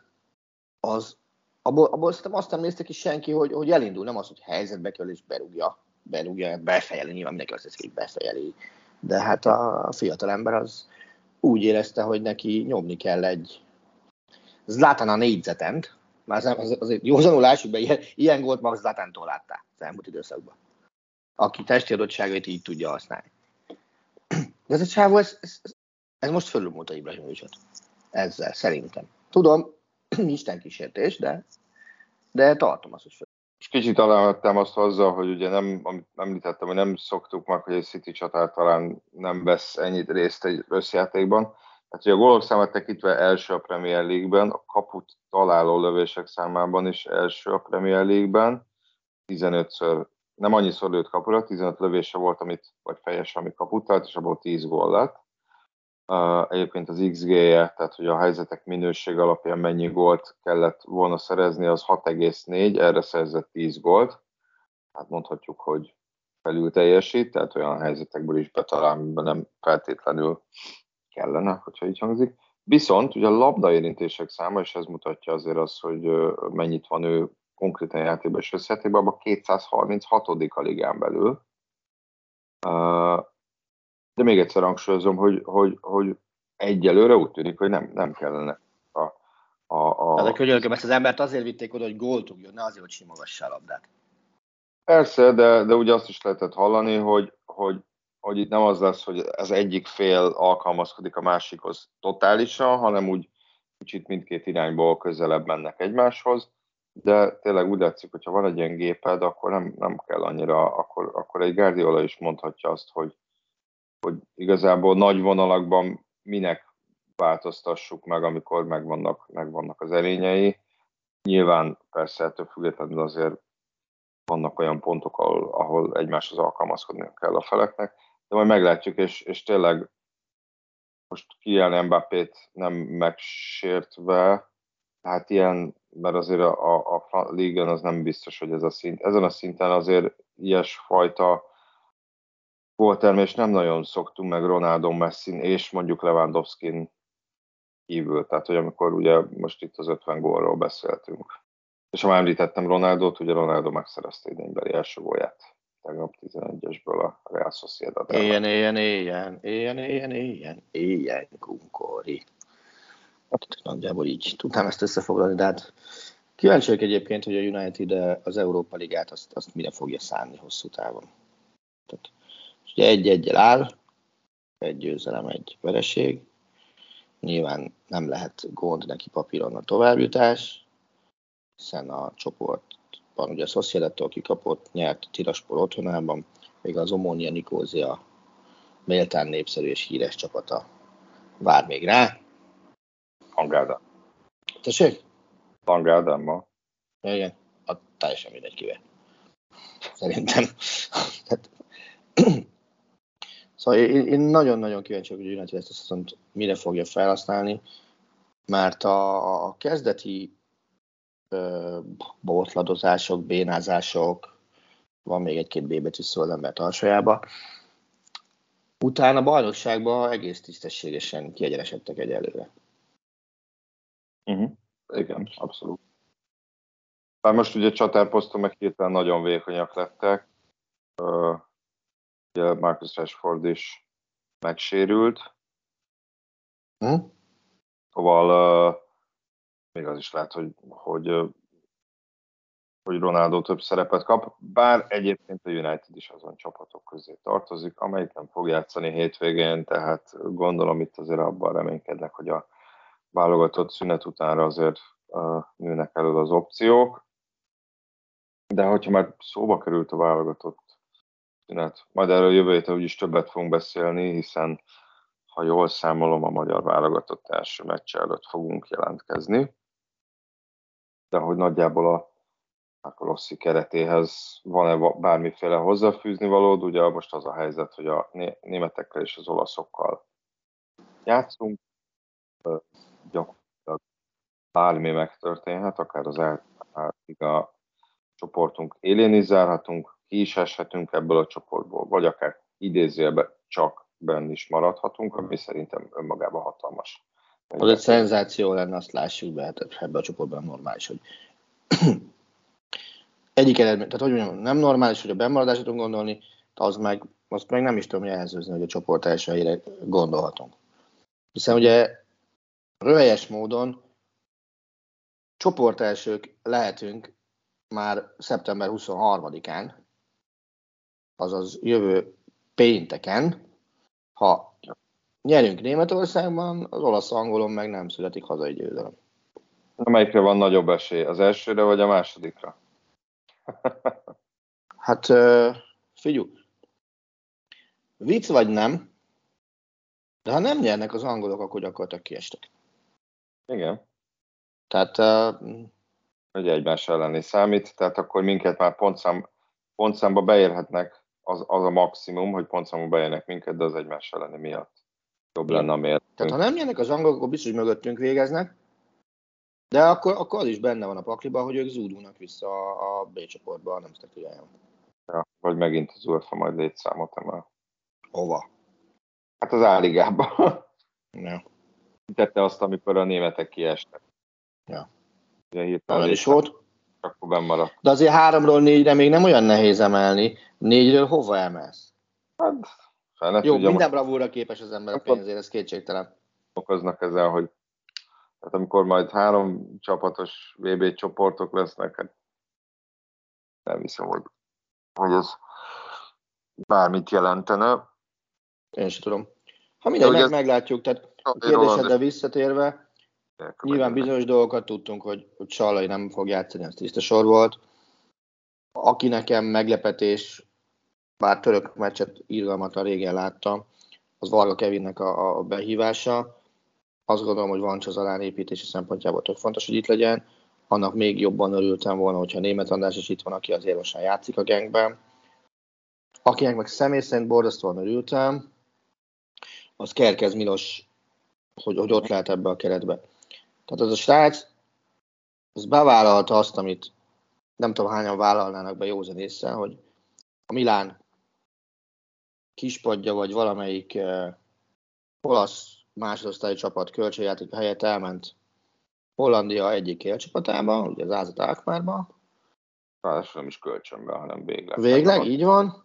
abból szerintem azt nem nézte ki senki, hogy elindul, nem az, hogy helyzetbe kell és berúgja, befejeli, nyilván mindenki azt hiszi, hogy befejeli. De hát a fiatal ember az úgy érezte, hogy neki nyomni kell egy Zlatan a négyzetent, már azért józanul lássuk be, ilyen gólt Max Zlatántól láttál az elmúlt időszakban, aki testi adottságait így tudja használni. De ez a csávó, ez most fölülmúlt a Ibrahimovicsot. Ezzel szerintem. Tudom, Isten kísértés, de tartom azt, hogy föl. És kicsit aláhattam azt azzal, hogy ugye amit említettem, hogy nem szoktuk meg, hogy egy City csatár talán nem vesz ennyit részt egy összjátékban. Tehát, hogy a gólok számát tekintve első a Premier League-ben, a kaput találó lövések számában is első a Premier League-ben, 15-ször, nem annyiszor lőtt kapura, 15 lövése volt, vagy fejes, ami kaput talált, és abból 10 gól lett. Egyébként az XG-je, tehát hogy a helyzetek minőség alapján mennyi gólt kellett volna szerezni, az 6,4, erre szerzett 10 gólt. Hát mondhatjuk, hogy felül teljesít, tehát olyan helyzetekből is betalál, amiben nem feltétlenül kellene, hogyha így hangzik. Viszont ugye a labdaérintések száma, és ez mutatja azért azt, hogy mennyit van ő konkrétan játékban és összejátékban, abban 236. a ligán belül. De még egyszer hangsúlyozom, hogy egyelőre úgy tűnik, hogy nem kellene De könyörgöm, ezt az embert azért vitték oda, hogy gólt rúgjon, ne azért, hogy simogassa a labdát. Persze, de ugye azt is lehetett hallani, hogy itt nem az lesz, hogy az egyik fél alkalmazkodik a másikhoz totálisan, hanem úgy kicsit mindkét irányból közelebb mennek egymáshoz, de tényleg úgy látszik, hogyha van egy ilyen géped, akkor nem kell annyira, akkor egy Guardiola is mondhatja azt, hogy igazából nagy vonalakban minek változtassuk meg, amikor megvannak az erényei. Nyilván persze ettől függetlenül azért vannak olyan pontok, ahol egymáshoz alkalmazkodni kell a feleknek, de majd meglátjuk, és tényleg most Kylian Mbappét nem megsértve, hát ilyen, mert azért a Liga az nem biztos, hogy ez a szint. Ezen a szinten azért ilyesfajta góltermés nem nagyon szoktunk meg Ronaldo, Messin és mondjuk Lewandowskin kívül. Tehát, hogy amikor ugye most itt az 50 gólról beszéltünk. És ha már említettem Ronaldót, ugye Ronaldo megszerezte idénybeli első gólját. Tegnap 11-esből a Real Sociedad ellen. Éjjen, kunkori. Nagyjából így tudnám ezt összefoglalni, de hát kíváncsi vagyok egyébként, hogy a United az Európa Ligát azt mire fogja szánni hosszú távon. Tehát, ugye 1-1-jel áll, 1 győzelem, 1 vereség. Nyilván nem lehet gond neki papíron a továbbjutás, hiszen a csoportban ugye a Sociedattól kikapott, nyert a Tiraspol otthonában, még az Omonia Nikózia méltán népszerű és híres csapata vár még rá. Van Gádám. Tessék? Van Gádámmal. Ja, igen, teljesen mindegy kivel. Szerintem. Szóval én nagyon-nagyon kíváncsi vagyok, hogy a United ezt a szezont mire fogja felhasználni, mert a kezdeti botladozások, bénázások, van még egy-két B betű szó az ember tarsajába, utána a bajnokságban egész tisztességesen kiegyenesedtek egyelőre. Igen, abszolút. Bár most ugye csatárposzton meg hirtelen nagyon vékonyak lettek. Ugye Marcus Rashford is megsérült. Szóval még az is lehet, hogy Ronaldo több szerepet kap, bár egyébként a United is azon csapatok közé tartozik, amelyik nem fog játszani hétvégén, tehát gondolom itt azért abban reménykednek, hogy a válogatott szünet utánra azért nőnek elő az opciók. De hogyha már szóba került a válogatott szünet, majd erről jövő héten úgyis többet fogunk beszélni, hiszen ha jól számolom, a magyar válogatott első meccs előtt fogunk jelentkezni. De hogy nagyjából a Rossi keretéhez van-e bármiféle hozzáfűzni valód, ugye most az a helyzet, hogy a németekkel és az olaszokkal játszunk, gyakorlatilag bármi megtörténhet, akár az a csoportunk élén is zárhatunk, ki is eshetünk ebből a csoportból, vagy akár idézőjelben csak benn is maradhatunk, ami szerintem önmagában hatalmas. Az egy szenzáció lenne, azt lássuk be, hát ebben a csoportban normális, hogy egyik eredmény, tehát hogy mondjam, nem normális, hogy a bennmaradásra tudunk gondolni, azt meg nem is tudom jelzőzni, hogy a csoport első helyére gondolhatunk. Hiszen ugye röhelyes módon csoport elsők lehetünk már szeptember 23-án, azaz jövő pénteken, ha nyerünk Németországban, az olasz-angolon meg nem születik hazai győzelem. Melyikre van nagyobb esély, az elsőre vagy a másodikra? Hát figyelj, vicc vagy nem, de ha nem nyernek az angolok, akkor gyakorlatilag kiestek. Igen. Tehát hogy egymás elleni számít, tehát akkor minket már pontszámba beérhetnek, az a maximum, hogy pontszámba beérnek minket, de az egymás elleni miatt jobb lenne a mértünk. Tehát ha nem nyernek az angolok, akkor biztos, hogy mögöttünk végeznek, de akkor az is benne van a pakliban, hogy ők zúdulnak vissza a B csoportba, a Nemzetek Ligájában. Ja, vagy megint az UEFA majd létszámot emel. Hova? Hát az A-ligába. Ja. Tette azt, amikor a németek kiestek. Ja. Hirtelen is volt. Akkor benn maradt. De azért 3-ról 4-re még nem olyan nehéz emelni. 4-ről hova emelsz? Hát, jó, minden bravúra képes az ember a pénzért, ez kétségtelen. Okoznak ezzel, hogy tehát amikor majd 3 csapatos VB csoportok lesznek, hát nem hiszem, hogy ez bármit jelentene. Én sem tudom. Ha mindegy, meglátjuk, tehát a kérdésedre visszatérve, nyilván bizonyos dolgokat tudtunk, hogy Sallai nem fog játszani, az tiszta sor volt. Aki nekem meglepetés, bár török meccset irgalmatlan régen láttam, az Varga Kevinnek a behívása. Azt gondolom, hogy Vancsa Zalán építési szempontjából tök fontos, hogy itt legyen. Annak még jobban örültem volna, hogyha Németh András is itt van, aki azért most játszik a gengben. Akinek meg személy szerint borzasztóan örültem, az Kerkez Milos, hogy ott lehet ebbe a keretbe. Tehát az a srác, az bevállalta azt, amit nem tudom hányan vállalnának be józan észre, hogy a Milán kispadja, vagy valamelyik olasz másodosztályi csapat kölcsönjáték helyett elment Hollandia egyik élcsapatába, ugye az AZ Alkmaarba. Ráadásul nem is kölcsönbe, hanem végleg. Végleg, így van.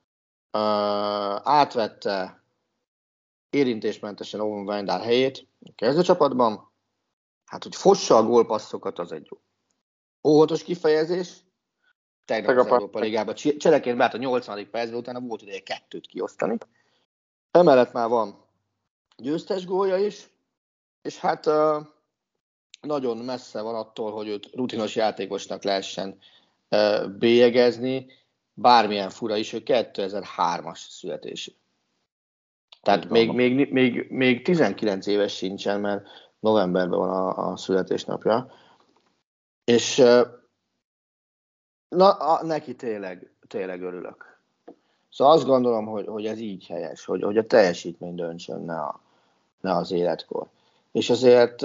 Átvette érintésmentesen Owen Wijndal helyét a kezdőcsapatban. Hát, hogy fossa a gólpasszokat, az egy óvatos kifejezés. Tegnap az Európa Ligában cseleként beállt a 80. percben, utána volt ideje 2-t kiosztani. Emellett már van győztes gólja is, és hát nagyon messze van attól, hogy őt rutinos játékosnak lehessen bélyegezni, bármilyen fura is, ő 2003-as születésű. Tehát még 19 éves sincsen, mert novemberben van a születésnapja. És neki tényleg örülök. Szóval azt gondolom, hogy ez így helyes, hogy a teljesítmény döntsön, ne az életkor. És azért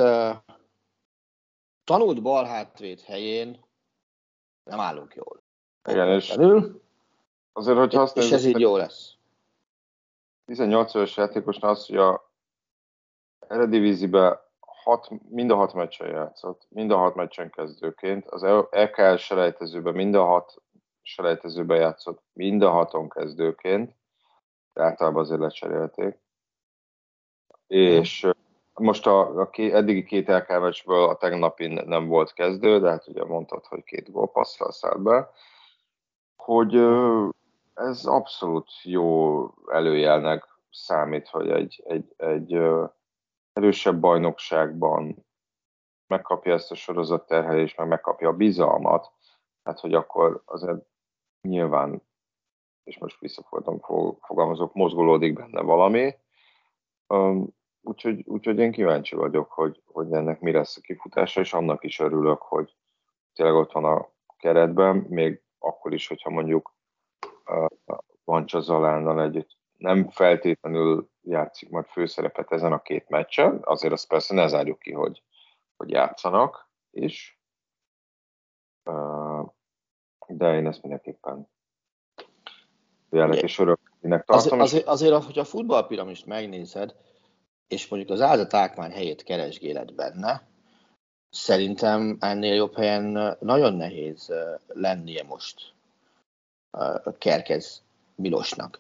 tanult balhátvéd helyén nem állunk jól. Igen, és azért, hogyha azt és ez így jó lesz. 18 éves játékosnál az, hogy a Eredivízibe mind a 6 meccsen játszott, mind a 6 meccsen kezdőként, az EKL selejtezőben mind a 6 selejtezőben játszott, mind a 6-on kezdőként, de általában azért lecserélték. És most eddigi 2 EKL meccsből a tegnapi nem volt kezdő, de hát ugye mondtad, hogy 2 gólpasszal szállt be, hogy ez abszolút jó előjelnek számít, hogy egy erősebb bajnokságban megkapja ezt a sorozat terhelést, meg megkapja a bizalmat, tehát hogy akkor azért nyilván, és most visszafordítom, fogalmazok, mozgolódik benne valami. Úgyhogy én kíváncsi vagyok, hogy ennek mi lesz a kifutása, és annak is örülök, hogy tényleg ott van a keretben, még akkor is, hogyha mondjuk Vancsa Zalánnal együtt nem feltétlenül játszik majd főszerepet ezen a 2 meccsen, azért azt persze ne zárjuk ki, hogy játszanak is, de én ezt mindenképpen és öröknek tartom. Azért, hogy a futballpiramist megnézed, és mondjuk az AZ Alkmaar helyét keresgéled benne, szerintem ennél jobb helyen nagyon nehéz lennie most Kerkez Milosnak.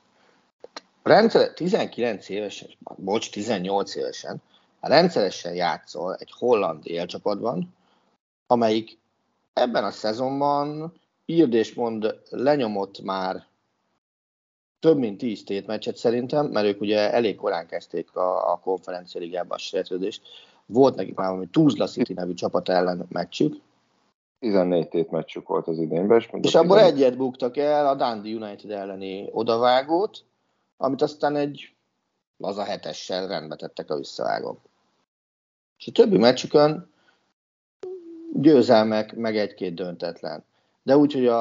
19 évesen, 18 évesen, rendszeresen játszol egy holland élcsapatban, amelyik ebben a szezonban írd és mond lenyomott már több mint 10 tétmeccset szerintem, mert ők ugye elég korán kezdték a Konferencia Ligában a serejteződést. Volt nekik már valami Tuzla City nevű csapat ellen meccsük. 14 tétmeccsük volt az idénben. És abból egyet buktak el, a Dundee United elleni odavágót, amit aztán egy laza 7-essel rendbe tettek a visszavágók. És a többi meccsükön győzelmek, meg 1-2 döntetlen. De úgy, hogy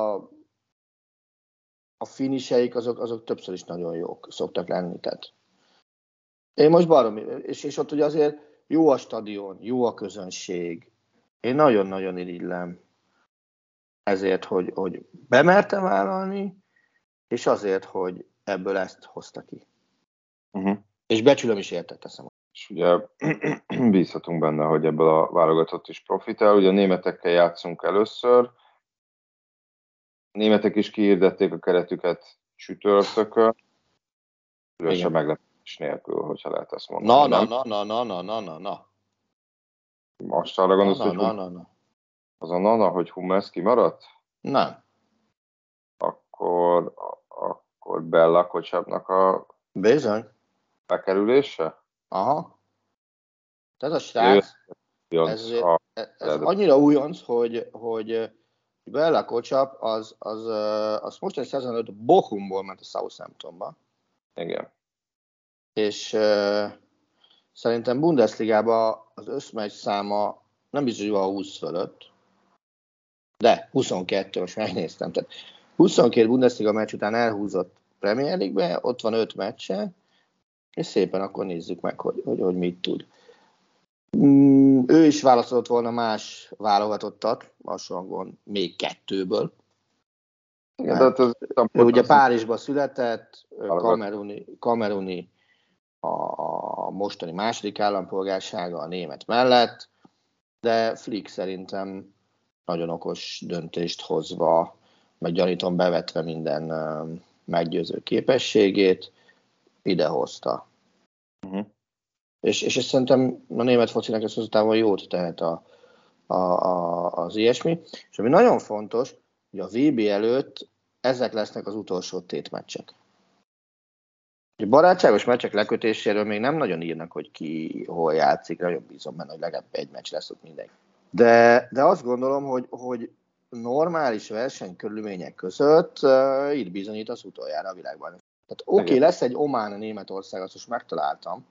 a finiseik azok többször is nagyon jók szoktak lenni. Tehát. Én most baromi, és ott ugye azért jó a stadion, jó a közönség. Én nagyon-nagyon irigylem ezért, hogy bemerte vállalni, és azért, hogy ebből ezt hozta ki. És becsülöm is érte, teszem. És ugye bízhatunk benne, hogy ebből a válogatott is profitál. Ugye a németekkel játszunk először. A németek is kihirdették a keretüket csütörtökön. Különösen meglepetés nélkül, hogyha lehet ezt mondani. Na. Most arra gondolsz, hogy az a nana, hogy Hummels kimaradt? Nem. Akkor Bella Kocsapnak a bizony bekerülése? Aha. Tehát a srác, ez annyira újonc, hogy Bella Kocsap az most egy szezon előtt Bochumból ment a Southamptonba. Igen. És szerintem Bundesligában az összmeccs száma nem biztos, hogy van 20 fölött, de 22, most megnéztem. Tehát 22 Bundesliga meccs után elhúzott Premier League-be, ott van 5 meccse, és szépen akkor nézzük meg, hogy mit tud. Ő is választott volna más válogatottat, hasonlóan még 2-ből. Igen, ő ugye Párizsban született, kameruni a mostani második állampolgársága a német mellett, de Flick szerintem nagyon okos döntést hozva, meg gyanítom bevetve minden meggyőző képességét, idehozta. Uh-huh. És szerintem a német focinak ez azután jót tehet az ilyesmi. És ami nagyon fontos, hogy a VB előtt ezek lesznek az utolsó tétmeccsek. A barátságos meccsek lekötéséről még nem nagyon írnak, hogy ki hol játszik, nagyon bízom benne, hogy legalább egy meccs lesz ott mindenki. De azt gondolom, hogy normális versenykörülmények között itt bizonyít az utoljára a világban. Tehát oké, lesz egy Omán Németország, azt most megtaláltam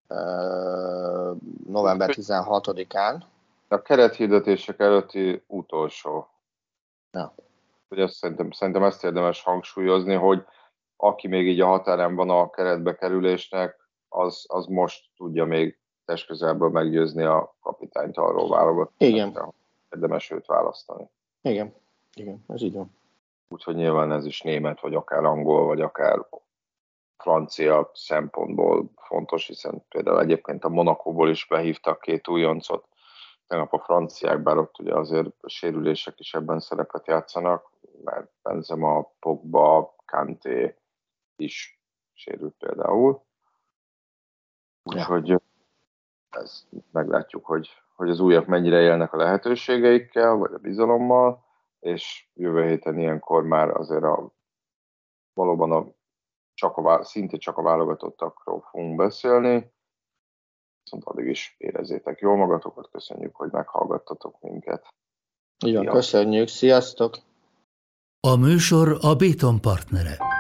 november 16-án. A kerethirdetések előtti utolsó. Ja. Hogy azt szerintem ezt érdemes hangsúlyozni, hogy aki még így a határán van a keretbe kerülésnek, az most tudja még testközelből meggyőzni a kapitányt arról válogatni. Igen. Érdemes őt választani. Igen, ez így van. Úgyhogy nyilván ez is német, vagy akár angol, vagy akár francia szempontból fontos, hiszen például egyébként a Monacóból is behívtak 2 újoncot, tegnap a franciák, bár ott ugye azért a sérülések is ebben szerepet játszanak, mert Benzema, Pogba, Kanté is sérült például. Úgyhogy ez meglátjuk, hogy az újak mennyire élnek a lehetőségeikkel, vagy a bizalommal, és jövő héten ilyenkor már azért valóban szinte csak a válogatottakról fogunk beszélni. Viszont addig is érezzétek jól magatokat, köszönjük, hogy meghallgattatok minket. Igen, köszönjük, sziasztok! A műsor a Béton partnere.